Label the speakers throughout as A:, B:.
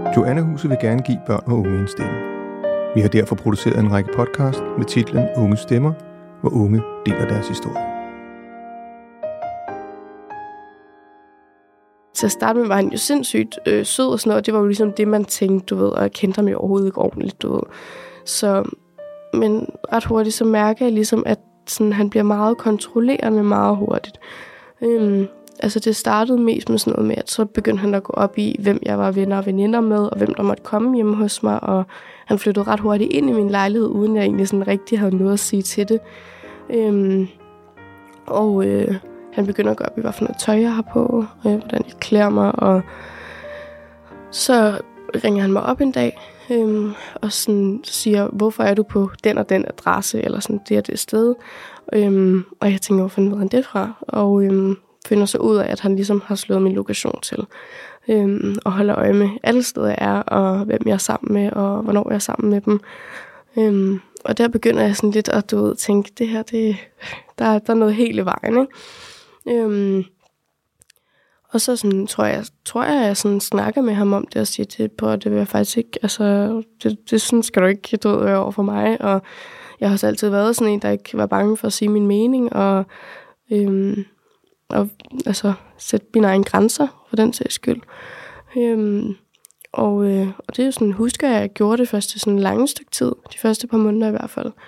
A: Joannahuset vil gerne give børn og unge en stemme. Vi har derfor produceret en række podcast med titlen Unge Stemmer, hvor unge deler deres historie.
B: Til at starte med var han jo sindssygt sød og sådan noget, og det var jo ligesom det, man tænkte, du ved, og jeg kendte ham jo overhovedet ikke ordentligt, du ved. Så, men ret hurtigt så mærker jeg ligesom, at sådan, han bliver meget kontrollerende meget hurtigt. Altså det startede mest med sådan noget med, at så begyndte han at gå op i, hvem jeg var venner og veninder med, og hvem der måtte komme hjemme hos mig, og han flyttede ret hurtigt ind i min lejlighed, uden jeg egentlig sådan rigtig havde noget at sige til det. Han begynder at gå op i, hvad for noget tøj jeg har på, hvordan jeg klæder mig, og så ringer han mig op en dag, og sådan siger, hvorfor er du på den og den adresse, eller sådan det og det sted. Og jeg tænker, hvor fanden ved han det fra? Og finder så ud af, at han ligesom har slået min lokation til, og holder øje med alle steder jeg er, og hvem jeg er sammen med, og hvornår jeg er sammen med dem. Og der begynder jeg sådan lidt at tænke, det her, der er noget helt i vejen, ikke? Og så sådan, tror jeg sådan snakker med ham om det, og siger til på, at det vil jeg faktisk ikke, altså, det sådan skal du ikke være over for mig, og jeg har også altid været sådan en, der ikke var bange for at sige min mening, og altså sætte mine egne grænser for den sags skyld. Og det er jo sådan, husker jeg gjorde det første sådan lange stykke tid, de første par måneder i hvert fald.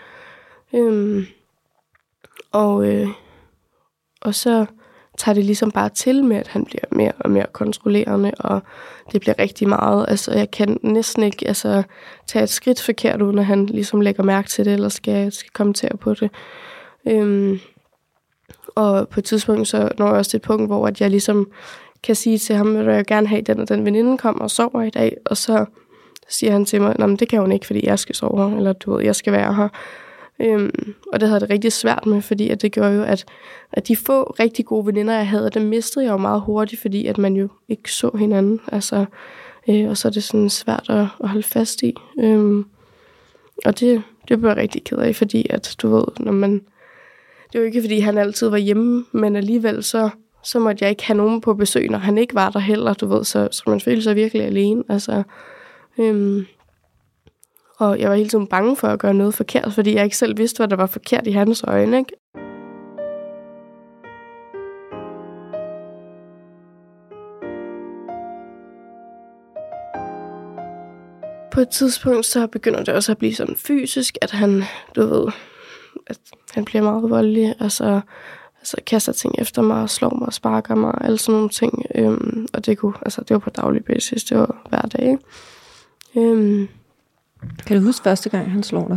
B: Og så tager det ligesom bare til med, at han bliver mere og mere kontrollerende, og det bliver rigtig meget. Altså, jeg kan næsten ikke tage et skridt forkert, uden at han ligesom lægger mærke til det, eller skal kommentere på det. Og på et tidspunkt, så når jeg også til et punkt, hvor at jeg ligesom kan sige til ham, at jeg gerne have, den og den veninde kommer og sover i dag, og så siger han til mig, nej, det kan hun ikke, fordi jeg skal sove her, eller du ved, jeg skal være her. Og det havde det rigtig svært med, fordi at det gjorde jo, at de få rigtig gode veninder, jeg havde, dem mistede jeg jo meget hurtigt, fordi at man jo ikke så hinanden. Altså, og så er det sådan svært at holde fast i. Og det blev jeg rigtig ked af, fordi at du ved, det var ikke fordi han altid var hjemme, men alligevel så måtte jeg ikke have nogen på besøg, når han ikke var der heller, du ved, så man følte sig virkelig alene. Altså, og jeg var hele tiden bange for at gøre noget forkert, fordi jeg ikke selv vidste, hvad der var forkert i hans øjne, ikke? På et tidspunkt, så begynder det også at blive sådan fysisk, at han, du ved, at han bliver meget voldelig, altså kaster ting efter mig, slår mig og sparker mig, alle sådan nogle ting. Og det var på daglig basis, det var hver dag.
C: Kan du huske første gang, han slår dig?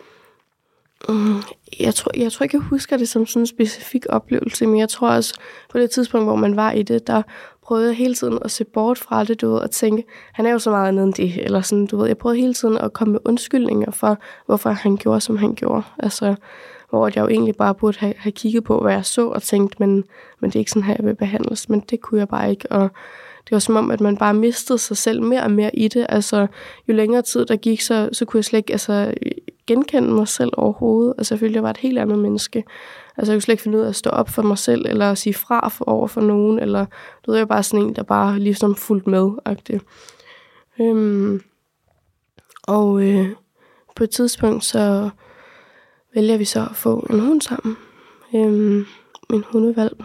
B: Jeg tror ikke, jeg husker det som sådan en specifik oplevelse, men jeg tror også, på det tidspunkt, hvor man var i det, der prøvede jeg hele tiden at se bort fra det, du ved, og tænke, han er jo så meget andet end det, eller sådan, du ved, jeg prøvede hele tiden at komme med undskyldninger for, hvorfor han gjorde, som han gjorde, altså, hvor jeg jo egentlig bare burde have kigget på, hvad jeg så, og tænkt, men det er ikke sådan her, jeg vil behandles, men det kunne jeg bare ikke, og det var som om, at man bare mistede sig selv mere og mere i det, altså, jo længere tid der gik, så kunne jeg slet ikke, genkende mig selv overhovedet, altså, jeg følte, jeg var et helt andet menneske. Altså, jeg kunne slet ikke finde ud af at stå op for mig selv, eller at sige fra over for nogen, eller du ved, jeg bare sådan en, der bare ligesom fulgte med-agtigt. På et tidspunkt, så vælger vi så at få en hund sammen. Min hundevalg.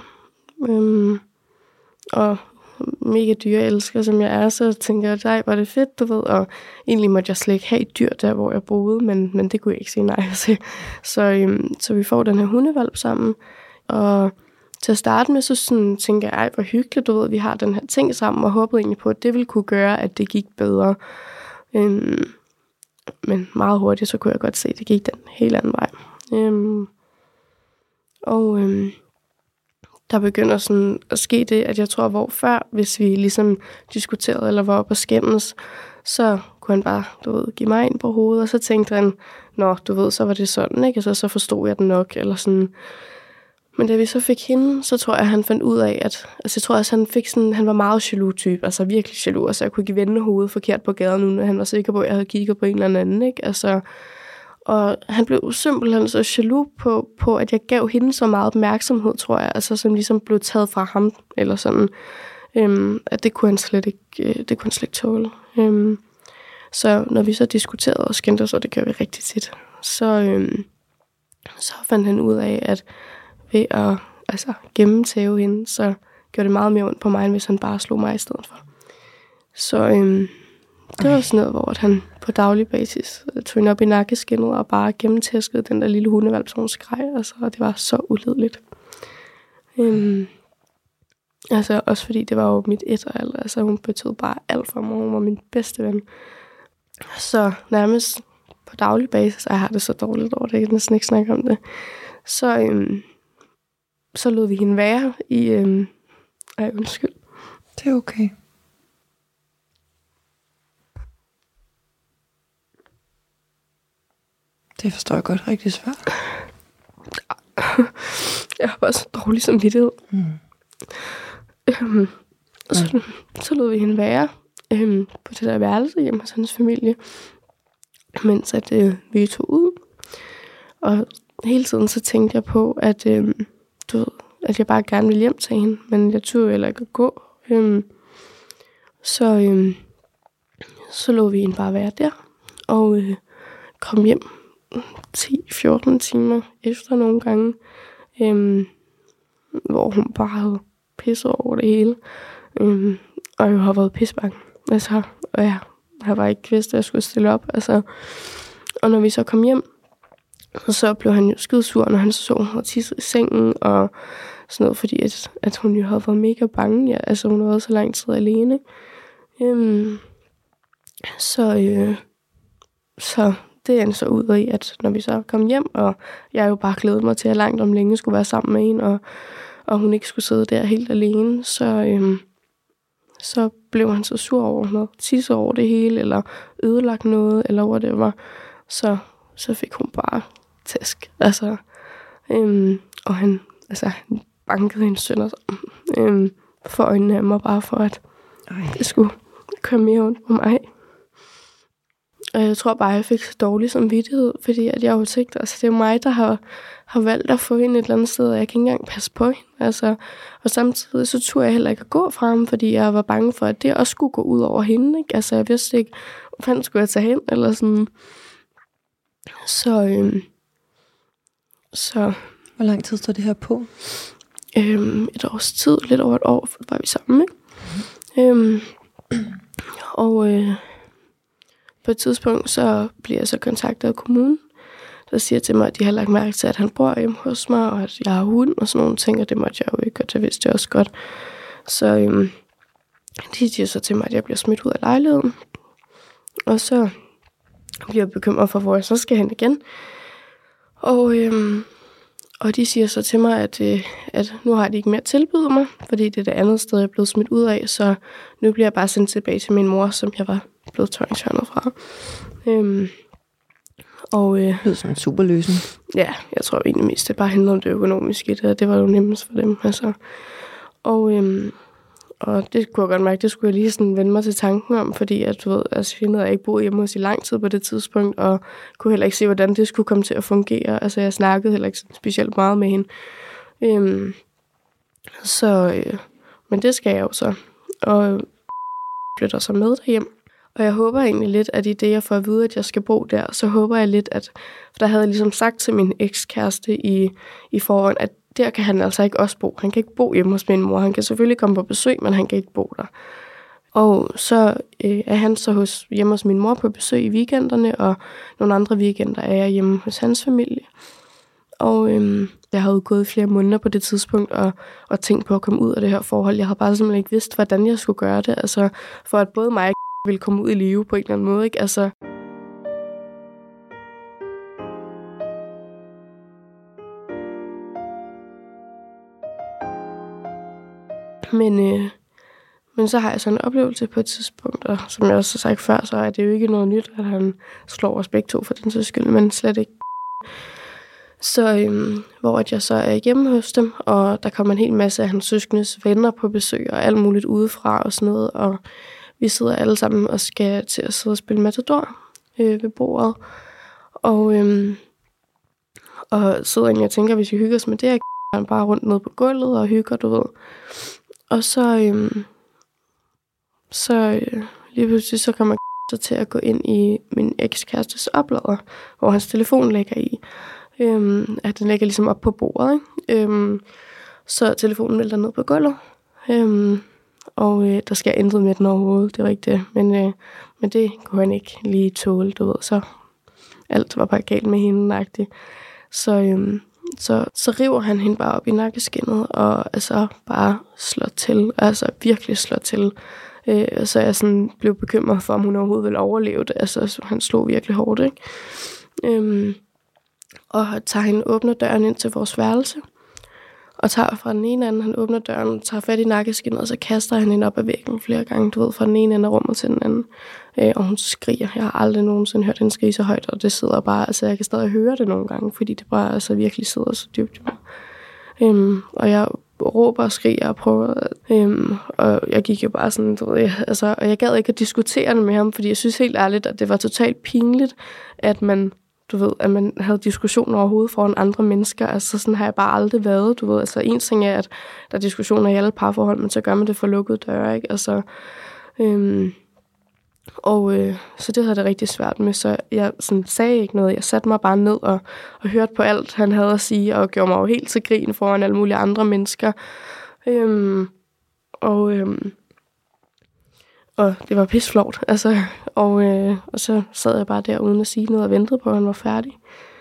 B: Og mega dyreelsker, som jeg er, så tænker jeg, nej, var det fedt, du ved, og egentlig måtte jeg slet ikke have et dyr der, hvor jeg boede, men det kunne jeg ikke sige nej til. Så vi får den her hundevalp sammen, og til at starte med, så sådan, tænker jeg, ej, hvor hyggeligt, du ved, vi har den her ting sammen, og håbede egentlig på, at det ville kunne gøre, at det gik bedre. Men meget hurtigt, så kunne jeg godt se, at det gik den helt anden vej. Der begynder sådan at ske det, at jeg tror, hvor før, hvis vi ligesom diskuterede eller var oppe og skændes, så kunne han bare, du ved, give mig ind på hovedet, og så tænkte han, nå, du ved, så var det sådan, ikke? Og så forstod jeg den nok, eller sådan. Men da vi så fik hende, så tror jeg, han fandt ud af, at, altså jeg tror også, han var meget jaloux type, altså virkelig jaloux, altså jeg kunne ikke vende hovedet forkert på gaden nu, når han var sikker på, at jeg havde kigget på en eller anden, ikke? Altså, og han blev simpelthen så jaloux på, at jeg gav hende så meget opmærksomhed, tror jeg, altså som ligesom blev taget fra ham, eller sådan, at det kunne han slet ikke tåle. Så når vi så diskuterede og skændte os, og det gør vi rigtig tit, så fandt han ud af, at ved at gennemtæve hende, så gjorde det meget mere ondt på mig, end hvis han bare slog mig i stedet for. Så det var sådan noget, hvor han på daglig basis tog hende op i nakkeskinnet og bare gennemtæskede den der lille hundevalp, som hun skreg. Og det var så ulideligt. Også fordi det var jo mit etteralder. Altså hun betød bare alt for mig. Hun var min bedste ven. Så nærmest på daglig basis, jeg har det så dårligt over det, jeg kan næsten ikke snakke om det. Så lod vi hende være i... undskyld.
C: Det er okay. Det forstår jeg godt, rigtig svært.
B: Jeg har bare så dårlig samvittighed. Så lod vi hende være på det der værelse hjemme hos hans familie, mens vi tog ud. Og hele tiden så tænkte jeg på, at jeg bare gerne ville hjem til hende, men jeg turde heller ikke at gå. Så lod vi hende bare være der, og kom hjem 10-14 timer efter nogle gange, hvor hun bare havde pisset over det hele, og jeg har været pissebange. Og jeg var ikke vidst, at jeg skulle stille op. Og når vi så kom hjem, så blev han jo skidesur, når han så hun havde tisset i sengen, og sådan noget, fordi at hun jo havde været mega bange. Ja, hun havde været så lang tid alene. Så det endte så ud af, at når vi så kom hjem, og jeg jo bare glædede mig til, at langt om længe skulle være sammen med hende, og hun ikke skulle sidde der helt alene, så blev han så sur over, hun havde tisset over det hele, eller ødelagt noget, eller whatever. Så fik hun bare tæsk. Og han bankede hende sønder for øjnene af mig, bare for at det skulle køre mere ondt på mig. Og jeg tror bare, jeg fik så dårlig samvittighed, fordi at jeg jo tænkte, det er mig, der har valgt at få hende et eller andet sted, og jeg kan ikke engang passe på hende. Og samtidig så turde jeg heller ikke at gå fra ham, fordi jeg var bange for, at det også skulle gå ud over hende. Ikke? Jeg vidste ikke, hvor fanden skulle jeg tage hen, eller sådan. Så
C: hvor lang tid står det her på?
B: Et års tid, lidt over et år, var vi sammen, ikke? På et tidspunkt, så bliver jeg så kontaktet af kommunen, der siger til mig, at de har lagt mærke til, at han bor hjemme hos mig, og at jeg har hund og sådan nogle ting, og det måtte jeg jo ikke, og det vidste jeg også godt. Så de siger så til mig, at jeg bliver smidt ud af lejligheden, og så bliver jeg bekymret for, hvor jeg så skal hen igen. Og de siger så til mig, at nu har de ikke mere at tilbyde mig, fordi det er det andet sted, jeg er blevet smidt ud af, så nu bliver jeg bare sendt tilbage til min mor, som jeg var blevet tvangsfjernet fra.
C: Det lyder som en super løsning.
B: Ja, jeg tror egentlig mest, det bare handlede om det økonomiske, det var jo nemmest for dem. Og det kunne jeg godt mærke, det skulle jeg lige sådan vende mig til tanken om, fordi at, jeg havde ikke boet hjemme hos i lang tid på det tidspunkt, og kunne heller ikke se, hvordan det skulle komme til at fungere. Jeg snakkede heller ikke specielt meget med hende. Men det skal jeg jo så. Og flytter så med derhjem. Og jeg håber egentlig lidt, at i det, jeg får at vide, at jeg skal bo der, så håber jeg lidt, for der havde jeg ligesom sagt til min ekskæreste i forhånd, at der kan han altså ikke også bo. Han kan ikke bo hjemme hos min mor. Han kan selvfølgelig komme på besøg, men han kan ikke bo der. Og så er han så hjemme hos min mor på besøg i weekenderne, og nogle andre weekender er jeg hjemme hos hans familie. Og jeg havde gået flere måneder på det tidspunkt og tænkt på at komme ud af det her forhold. Jeg havde bare simpelthen ikke vidst, hvordan jeg skulle gøre det. For at både mig og ville komme ud i live på en eller anden måde, ikke? Men så har jeg sådan en oplevelse på et tidspunkt, og som jeg også har sagt før, så er det jo ikke noget nyt, at han slår os begge to for den sags skyld, men slet ikke. Så hvor jeg så er hjemme hos dem, og der kommer en hel masse af hans søskendes venner på besøg, og alt muligt udefra og sådan noget, og vi sidder alle sammen og skal til at sidde og spille Matador ved bordet. Og sidder egentlig og tænker, hvis vi hygger os med det, han bare rundt ned på gulvet og hygger, du ved. Og så lige pludselig så kommer så til at gå ind i min ekskærestes oplader, hvor hans telefon ligger i. At den ligger ligesom op på bordet, ikke? Så telefonen vælter ned på gulvet. Og der sker intet med den overhovedet, det var ikke det. Men det kunne han ikke lige tåle, du ved. Så alt var bare galt med hende, agtigt. Så river han hende bare op i nakkeskindet, og altså bare slår til. Altså virkelig slår til. Så jeg sådan blev bekymret for, om hun overhovedet ville overleve det. Altså han slog virkelig hårdt, ikke? Og tager hende, åbner døren ind til vores værelse. Og tager fra den ene ende, han åbner døren, tager fat i nakkeskindet, og så kaster han hende op ad væggen flere gange, du ved, fra den ene ende af rummet til den anden. Og hun skriger. Jeg har aldrig nogensinde hørt hende skrige så højt, og det sidder bare, altså jeg kan stadig høre det nogle gange, fordi det bare altså virkelig sidder så dybt i mig. Og jeg råber og skriger og prøver, og jeg gik jo bare sådan, du ved, altså, og jeg gad ikke at diskutere det med ham, fordi jeg synes helt ærligt, at det var totalt pinligt, at man havde diskussioner overhovedet foran andre mennesker. Altså sådan har jeg bare aldrig været, du ved. Altså en ting er, at der er diskussioner i alle parforhold, men så gør man det for lukkede døre, ikke? Altså, så det havde det rigtig svært med, så jeg sådan sagde ikke noget. Jeg satte mig bare ned og hørte på alt, han havde at sige, og gjorde mig jo helt til grin foran alle mulige andre mennesker. Og det var pissflovt, altså, og så sad jeg bare der uden at sige noget og ventede på, at han var færdig.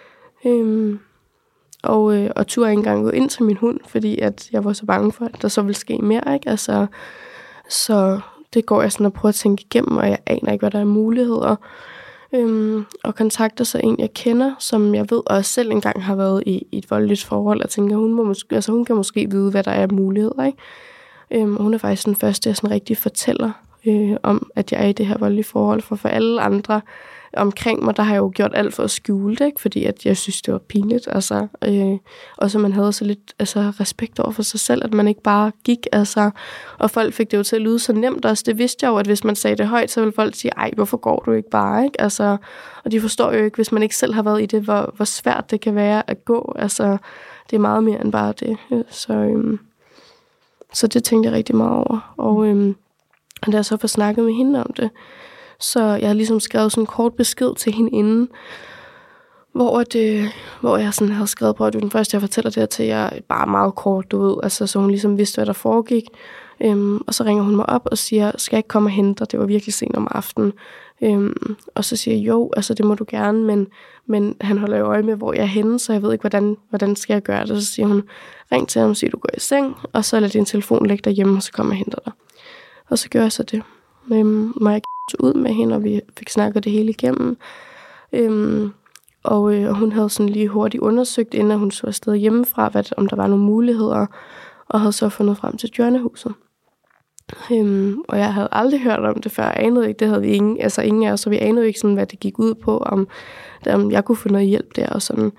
B: Og turde ikke engang gå ind til min hund, fordi at jeg var så bange for, at der så ville ske mere, ikke? Altså, så det går jeg sådan og prøver at tænke igennem, og jeg aner ikke, hvad der er muligheder. Og kontakter så en, jeg kender, som jeg ved også selv engang har været i et voldeligt forhold, og tænker, hun kan måske vide, hvad der er muligheder, ikke? Hun er faktisk den første, jeg sådan rigtig fortæller om, at jeg er i det her voldelige forhold. For alle andre omkring mig, der har jeg jo gjort alt for at skjule det, ikke? Fordi at jeg synes, det var pinligt. Altså, og så man havde så lidt respekt over for sig selv, at man ikke bare gik. Altså, og folk fik det jo til at lyde så nemt også. Det vidste jeg jo, at hvis man sagde det højt, så ville folk sige, ej, hvorfor går du ikke bare? Ikke? Altså, og de forstår jo ikke, hvis man ikke selv har været i det, hvor svært det kan være at gå. Altså, det er meget mere end bare det. Så det tænkte jeg rigtig meget over. Og da jeg så får snakket med hende om det, så jeg har ligesom skrevet sådan en kort besked til hende inden, hvor jeg sådan havde skrevet på, at det var den første, jeg fortæller det her til jer, bare meget kort, du ved, altså så hun ligesom vidste, hvad der foregik. Og så ringer hun mig op og siger, skal jeg ikke komme og hente dig? Det var virkelig sent om aftenen. Og så siger jeg, jo, altså det må du gerne, men han holder jo øje med, hvor jeg er henne, så jeg ved ikke, hvordan skal jeg gøre det. Så siger hun, ring til ham og siger, du går i seng, og så lad din telefon ligge derhjemme, og så kommer jeg og henter dig. Og så gør jeg så det. Jeg ud med hende, og vi fik snakket det hele igennem. Og hun havde sådan lige hurtigt undersøgt, inden hun så afsted hjemmefra, om der var nogle muligheder, og havde så fundet frem til Joannahuset. Og jeg havde aldrig hørt om det før. Jeg anede ikke, det havde vi ingen af os, så vi anede ikke sådan, hvad det gik ud på, om jeg kunne få noget hjælp der og sådan.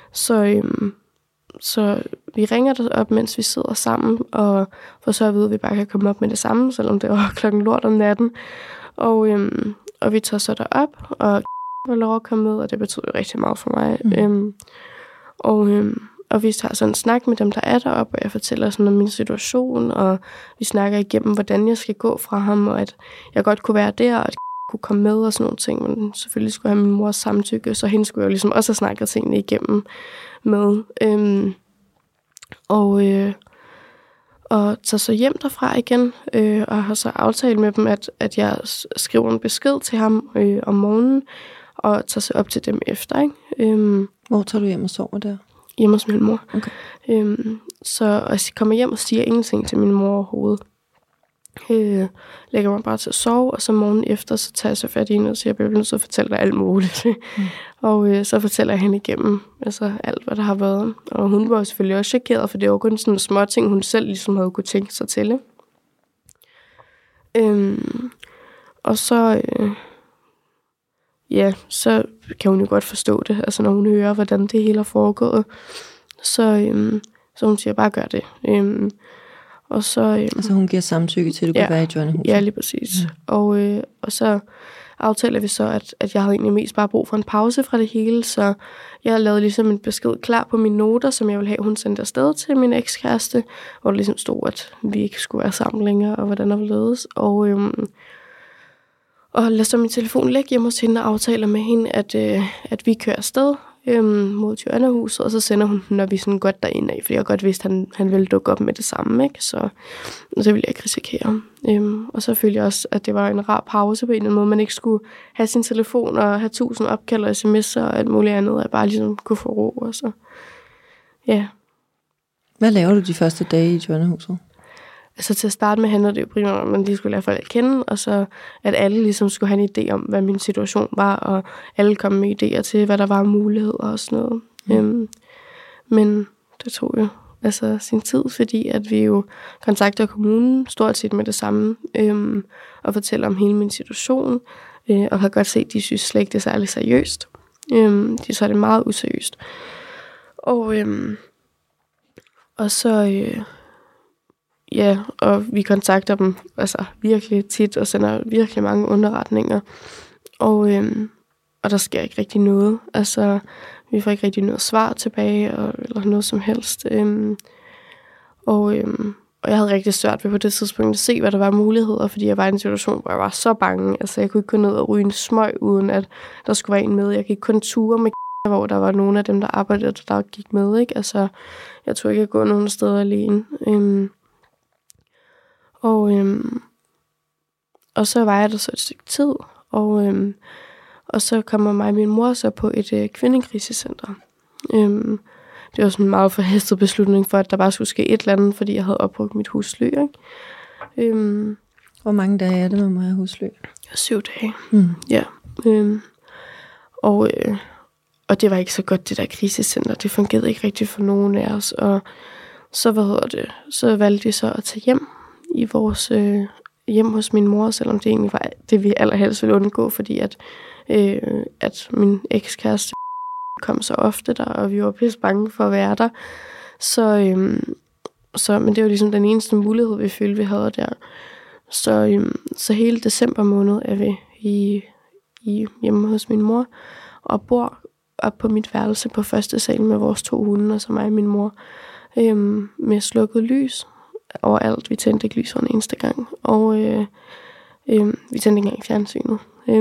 B: Så vi ringer der op, mens vi sidder sammen, og for så at vide, at vi bare kan komme op med det samme, selvom det var klokken lort om natten. Og vi tager så derop, og var lov at komme med, og det betød jo rigtig meget for mig. Og vi tager sådan en snak med dem, der er deroppe, og jeg fortæller sådan om min situation, og vi snakker igennem, hvordan jeg skal gå fra ham, og at jeg godt kunne være der, og at jeg kunne komme med og sådan nogle ting, men selvfølgelig skulle jeg have min mors samtykke, så hende skulle jeg jo ligesom også have snakket tingene igennem med. Og tager så hjem derfra igen, og har så aftalt med dem, at jeg skriver en besked til ham om morgenen, og tager så op til dem efter. Ikke?
C: Hvor tager du hjem og sover der?
B: Hjemme hos min mor.
C: Okay.
B: Så jeg kommer hjem og siger ingenting til min mor overhovedet. Lægger mig bare til at sove, og så morgen efter, så tager jeg så fat i hende og siger, at jeg bliver nødt til at fortælle dig alt muligt. Og så fortæller jeg hende igennem alt, hvad der har været. Og hun var selvfølgelig også chokeret, for det var kun sådan små ting, hun selv ligesom havde kunne tænke sig til. Og så... så kan hun jo godt forstå det, altså når hun hører, hvordan det hele er foregået. Så hun siger, bare gør det. Og så...
C: altså hun giver samtykke til, at du kan være i Joannahuset?
B: Ja, lige præcis. Og så aftaler vi så, at jeg havde egentlig mest bare brug for en pause fra det hele, så jeg lavede ligesom en besked klar på mine noter, som jeg ville have, hun sendte afsted til min ekskæreste, hvor der ligesom stod, at vi ikke skulle være sammen længere, og hvordan der var ledes. Og lader så min telefon ligge hjemme hos hende og aftaler med hende, at vi kører afsted mod Joannahuset, og så sender hun den, når vi sådan godt derinde af, fordi jeg godt vidste, at han ville dukke op med det samme, ikke? Så ville jeg ikke risikere. Og så følte jeg også, at det var en rar pause på en eller anden måde, man ikke skulle have sin telefon og have 1000 opkald og sms'er og alt muligt andet, og jeg bare ligesom kunne få ro, og så, ja.
C: Hvad laver du de første dage i Joannahuset?
B: Altså til at starte med handler det jo primært om, at man lige skulle lære folk at kende, og så at alle ligesom skulle have en idé om, hvad min situation var, og alle kom med idéer til, hvad der var muligheder og sådan noget. Men det tog jo altså sin tid, fordi at vi jo kontakter kommunen stort set med det samme, og fortæller om hele min situation, og har godt set, at de synes slet ikke det er særlig seriøst. De tager det meget useriøst. Og så... Ja, og vi kontakter dem altså virkelig tit og sender virkelig mange underretninger. Og der sker ikke rigtig noget. Altså, vi får ikke rigtig noget svar tilbage, eller noget som helst. Og jeg havde rigtig svært ved på det tidspunkt at se, hvad der var muligheder, fordi jeg var i en situation, hvor jeg var så bange. Altså, jeg kunne ikke gå ned og ryge en smøg, uden at der skulle være en med. Jeg gik kun ture med hvor der var nogle af dem, der arbejdede, der gik med, ikke? Altså, jeg turde ikke gå nogen steder alene. Og så var jeg der så et stykke tid, og så kommer mig og min mor så på et kvindekrisecenter. Det var sådan en meget forhastet beslutning for, at der bare skulle ske et eller andet, fordi jeg havde opbrugt mit husly, ikke?
C: Hvor mange dage er det med mig husly?
B: 7 dage, ja. Og det var ikke så godt, det der krisecenter. Det fungerede ikke rigtigt for nogen af os, og så, så valgte de så at tage hjem i vores hjem hos min mor, selvom det egentlig var det, vi allerhelst ville undgå, fordi at min ekskæreste kom så ofte der, og vi var pisse bange for at være der. Men det var ligesom den eneste mulighed, vi følte, vi havde der. Så hele december måned er vi hjemme hos min mor, og bor op på mit værelse på første sal med vores 2 hunde, og så mig og min mor, med slukket lys overalt. Vi tændte ikke lys en eneste gang, og vi tændte ikke engang fjernsynet.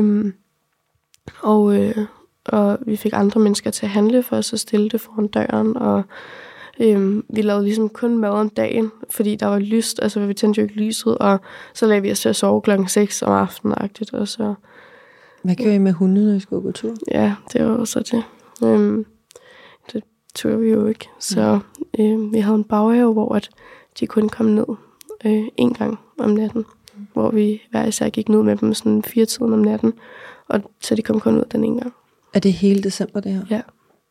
B: Og vi fik andre mennesker til at handle for os og stille det foran døren, og vi lavede ligesom kun mad om dagen, fordi der var lyst, altså vi tændte jo ikke lyset, og så lagde vi os til at sove 6:00 om aftenen-agtigt, og så...
C: Hvad gjorde I med hundene, når I skulle gå tur?
B: Ja, det var så det. Det turde vi jo ikke, så vi havde en baghave, hvor at de kunne komme ned 1 gang om natten, hvor vi hver især gik ned med dem sådan 4-tiden om natten, og så de kom kun ud den 1 gang.
C: Er det hele december, det her?
B: Ja.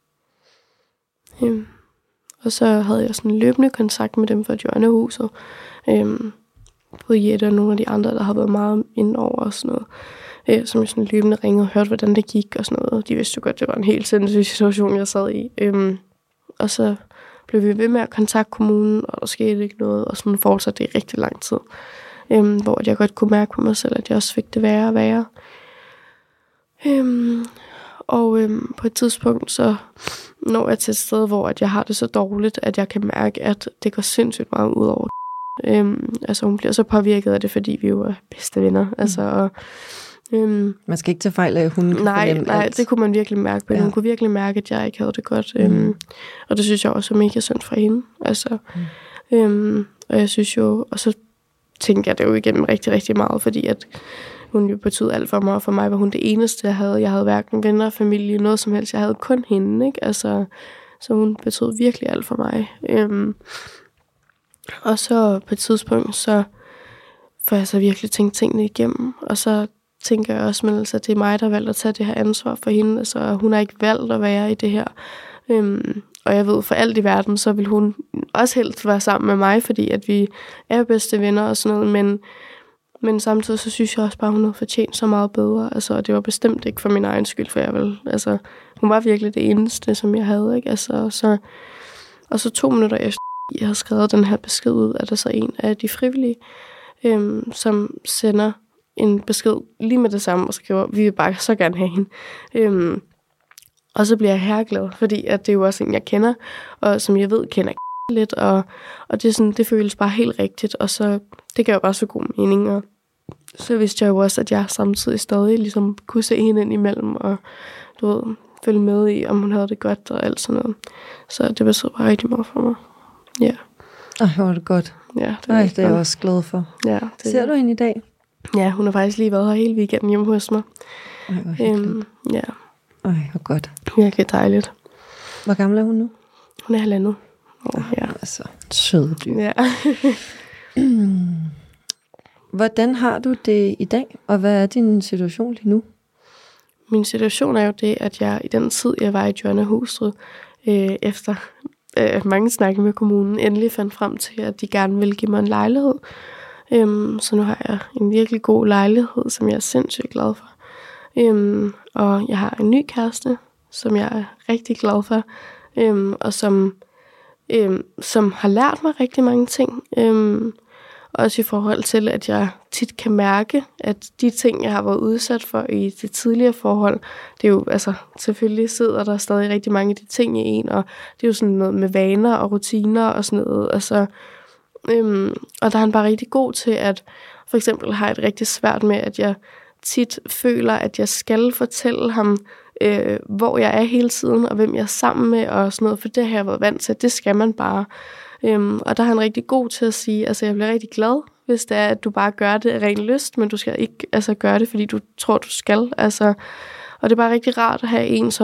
B: Og så havde jeg sådan løbende kontakt med dem fra Joannahuset. Både Jette og nogle af de andre, der havde været meget inde over og sådan noget. Som jeg sådan løbende ringede og hørte, hvordan det gik og sådan noget. De vidste jo godt, det var en helt sindssyg situation, jeg sad i. Og så blev vi ved med at kontakte kommunen, og der skete ikke noget, og sådan fortsatte det i rigtig lang tid. Hvor jeg godt kunne mærke på mig selv, at jeg også fik det værre og værre. På et tidspunkt så når jeg til et sted, hvor at jeg har det så dårligt, at jeg kan mærke, at det går sindssygt meget ud over altså hun bliver så påvirket af det, fordi vi jo er bedste venner. Altså, og,
C: man skal ikke tage fejl af, at hun kan fornemme
B: Nej,
C: alt.
B: Det kunne man virkelig mærke. Ja. Hun kunne virkelig mærke, at jeg ikke havde det godt. Og det synes jeg også var mega synd for hende. Altså, og jeg synes jo, og så tænker jeg det jo igennem rigtig, rigtig meget, fordi at hun jo betød alt for mig, og for mig var hun det eneste, jeg havde. Jeg havde hverken venner, familie, noget som helst. Jeg havde kun hende, ikke? Altså, så hun betød virkelig alt for mig. Og så på et tidspunkt, så får jeg så virkelig tænkt tingene igennem, og så tænker jeg også, at det er mig, der valgte at tage det her ansvar for hende. Altså, hun har ikke valgt at være i det her. Og jeg ved, for alt i verden, så vil hun også helst være sammen med mig, fordi at vi er bedste venner og sådan noget, men samtidig så synes jeg også bare, hun havde fortjent så meget bedre. Altså, det var bestemt ikke for min egen skyld, for altså, hun var virkelig det eneste, som jeg havde, ikke? Altså, og så 2 minutter efter, jeg havde skrevet den her besked ud, er der så en af de frivillige, som sender en besked lige med det samme, og skriver, vi vil bare så gerne have hende. Og så bliver jeg herreglad, fordi at det er jo også en, jeg kender, og som jeg ved kender lidt, og det, er sådan, det føles bare helt rigtigt, og så det gav jo bare så god mening, og så vidste jeg jo også, at jeg samtidig stadig ligesom kunne se hende ind imellem, og du ved, følge med i, om hun havde det godt og alt sådan noget. Så det betød bare rigtig meget for mig. Ja.
C: Hvor var det godt.
B: Ja,
C: det er jeg også glad for.
B: Ja,
C: ser du hende i dag?
B: Ja, hun har faktisk lige været her hele weekenden hjemme hos mig.
C: Hvor hyggeligt.
B: Ja.
C: Hvor godt.
B: Virkelig dejligt.
C: Hvor gammel er hun nu?
B: Hun er 1,5. Ja.
C: Altså, søde dyr.
B: Ja.
C: Hvordan har du det i dag, og hvad er din situation lige nu?
B: Min situation er jo det, at jeg i den tid, jeg var i Joannahuset, efter mange snakke med kommunen, endelig fandt frem til, at de gerne ville give mig en lejlighed. Så nu har jeg en virkelig god lejlighed, som jeg er sindssygt glad for. Og jeg har en ny kæreste, som jeg er rigtig glad for, og som har lært mig rigtig mange ting. Også i forhold til, at jeg tit kan mærke, at de ting, jeg har været udsat for i det tidligere forhold, det er jo, altså, selvfølgelig sidder der stadig rigtig mange af de ting i en, og det er jo sådan noget med vaner og rutiner og sådan noget, altså, og der er han bare rigtig god til, at for eksempel har jeg det rigtig svært med, at jeg tit føler, at jeg skal fortælle ham, hvor jeg er hele tiden, og hvem jeg er sammen med, og sådan noget, for det har jeg været vant til, det skal man bare. Og der er han rigtig god til at sige, altså jeg bliver rigtig glad, hvis det er, at du bare gør det af ren lyst, men du skal ikke gøre det, fordi du tror, du skal. Altså, og det er bare rigtig rart at have en,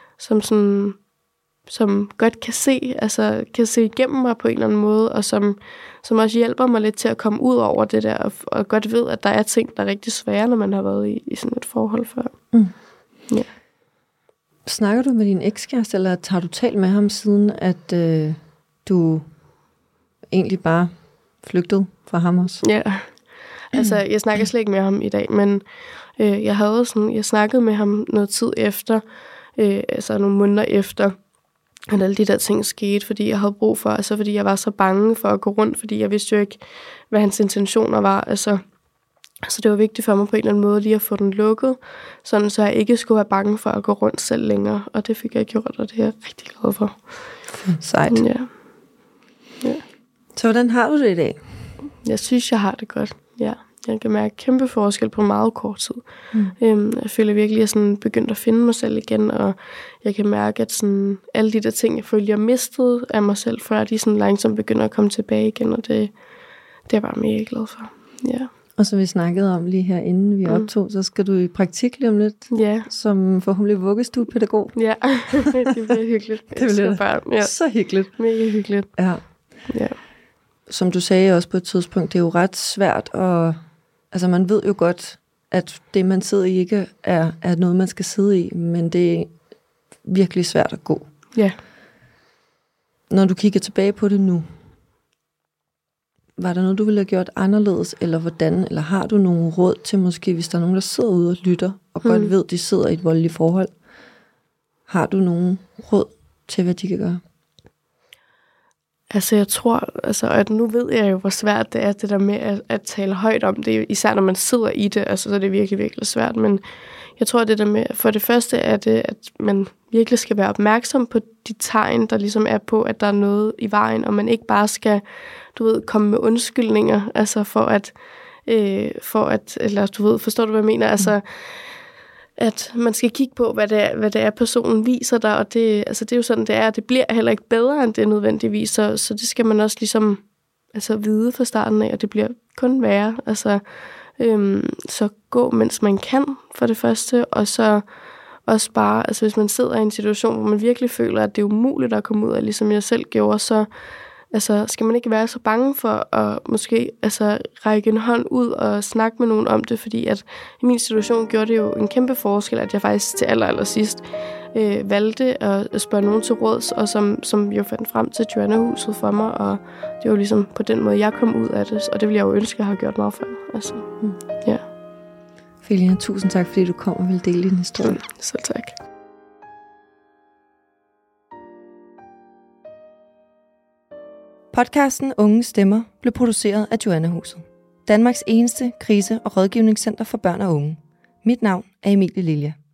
B: som godt kan se igennem mig på en eller anden måde, og som også hjælper mig lidt til at komme ud over det der, og godt ved, at der er ting, der er rigtig svære, når man har været i sådan et forhold før. Ja.
C: Snakker du med din ekskæreste, eller har du talt med ham siden, at du egentlig bare flygtede fra ham også?
B: Ja, altså jeg snakker slet ikke med ham i dag, men jeg snakkede med ham noget tid efter, altså nogle måneder efter, at alle de der ting skete, fordi jeg havde brug for, altså fordi jeg var så bange for at gå rundt, fordi jeg vidste jo ikke, hvad hans intentioner var, altså det var vigtigt for mig på en eller anden måde lige at få den lukket, sådan så jeg ikke skulle være bange for at gå rundt selv længere, og det fik jeg gjort, og det er jeg rigtig glad for.
C: Sejt.
B: Ja.
C: Så hvordan har du det i dag?
B: Jeg synes, jeg har det godt, ja. Jeg kan mærke kæmpe forskel på meget kort tid. Jeg føler virkelig, at jeg sådan begyndt at finde mig selv igen, og jeg kan mærke, at sådan, alle de der ting, jeg følte, jeg mistede af mig selv, før de sådan langsomt begynder at komme tilbage igen, og det er jeg bare mega glad for. Ja.
C: Og som vi snakkede om lige her, inden vi optog, så skal du i praktik lige om lidt, som forhåbentlig vuggestuepædagog.
B: Ja, det bliver hyggeligt.
C: Det bliver bare, så hyggeligt.
B: Mega hyggeligt.
C: Ja. Som du sagde også på et tidspunkt, det er jo ret svært, og altså man ved jo godt, at det man sidder i ikke er noget, man skal sidde i, men det er virkelig svært at gå.
B: Ja.
C: Når du kigger tilbage på det nu, var der noget, du ville have gjort anderledes, eller hvordan? Eller har du nogle råd til måske, hvis der er nogen, der sidder ude og lytter, og godt ved, at de sidder i et voldeligt forhold? Har du nogle råd til, hvad de kan gøre?
B: Altså jeg tror, at nu ved jeg jo, hvor svært det er, det der med at tale højt om det, især når man sidder i det, altså så er det virkelig, virkelig svært, men jeg tror, det der med, for det første er det, at man virkelig skal være opmærksom på de tegn, der ligesom er på, at der er noget i vejen, og man ikke bare skal, komme med undskyldninger, altså for at eller forstår du, hvad jeg mener, altså at man skal kigge på, hvad det er personen viser dig, og det er jo sådan, det er, og det bliver heller ikke bedre, end det nødvendigvis, så det skal man også ligesom vide fra starten af, og det bliver kun værre, så gå, mens man kan, for det første, og så også bare, hvis man sidder i en situation, hvor man virkelig føler, at det er umuligt at komme ud af, ligesom jeg selv gjorde, så skal man ikke være så bange for at måske række en hånd ud og snakke med nogen om det, fordi at i min situation gjorde det jo en kæmpe forskel, at jeg faktisk til allersidst valgte at spørge nogen til råds, og som jo fandt frem til Joannahuset for mig, og det var ligesom på den måde, jeg kom ud af det, og det ville jeg jo ønske, at jeg havde gjort meget før. Ja.
C: Felina, tusind tak, fordi du kom og ville dele din historie.
B: Selv tak.
C: Podcasten Unge Stemmer blev produceret af Joannahuset, Danmarks eneste krise- og rådgivningscenter for børn og unge. Mit navn er Emilie Lilja.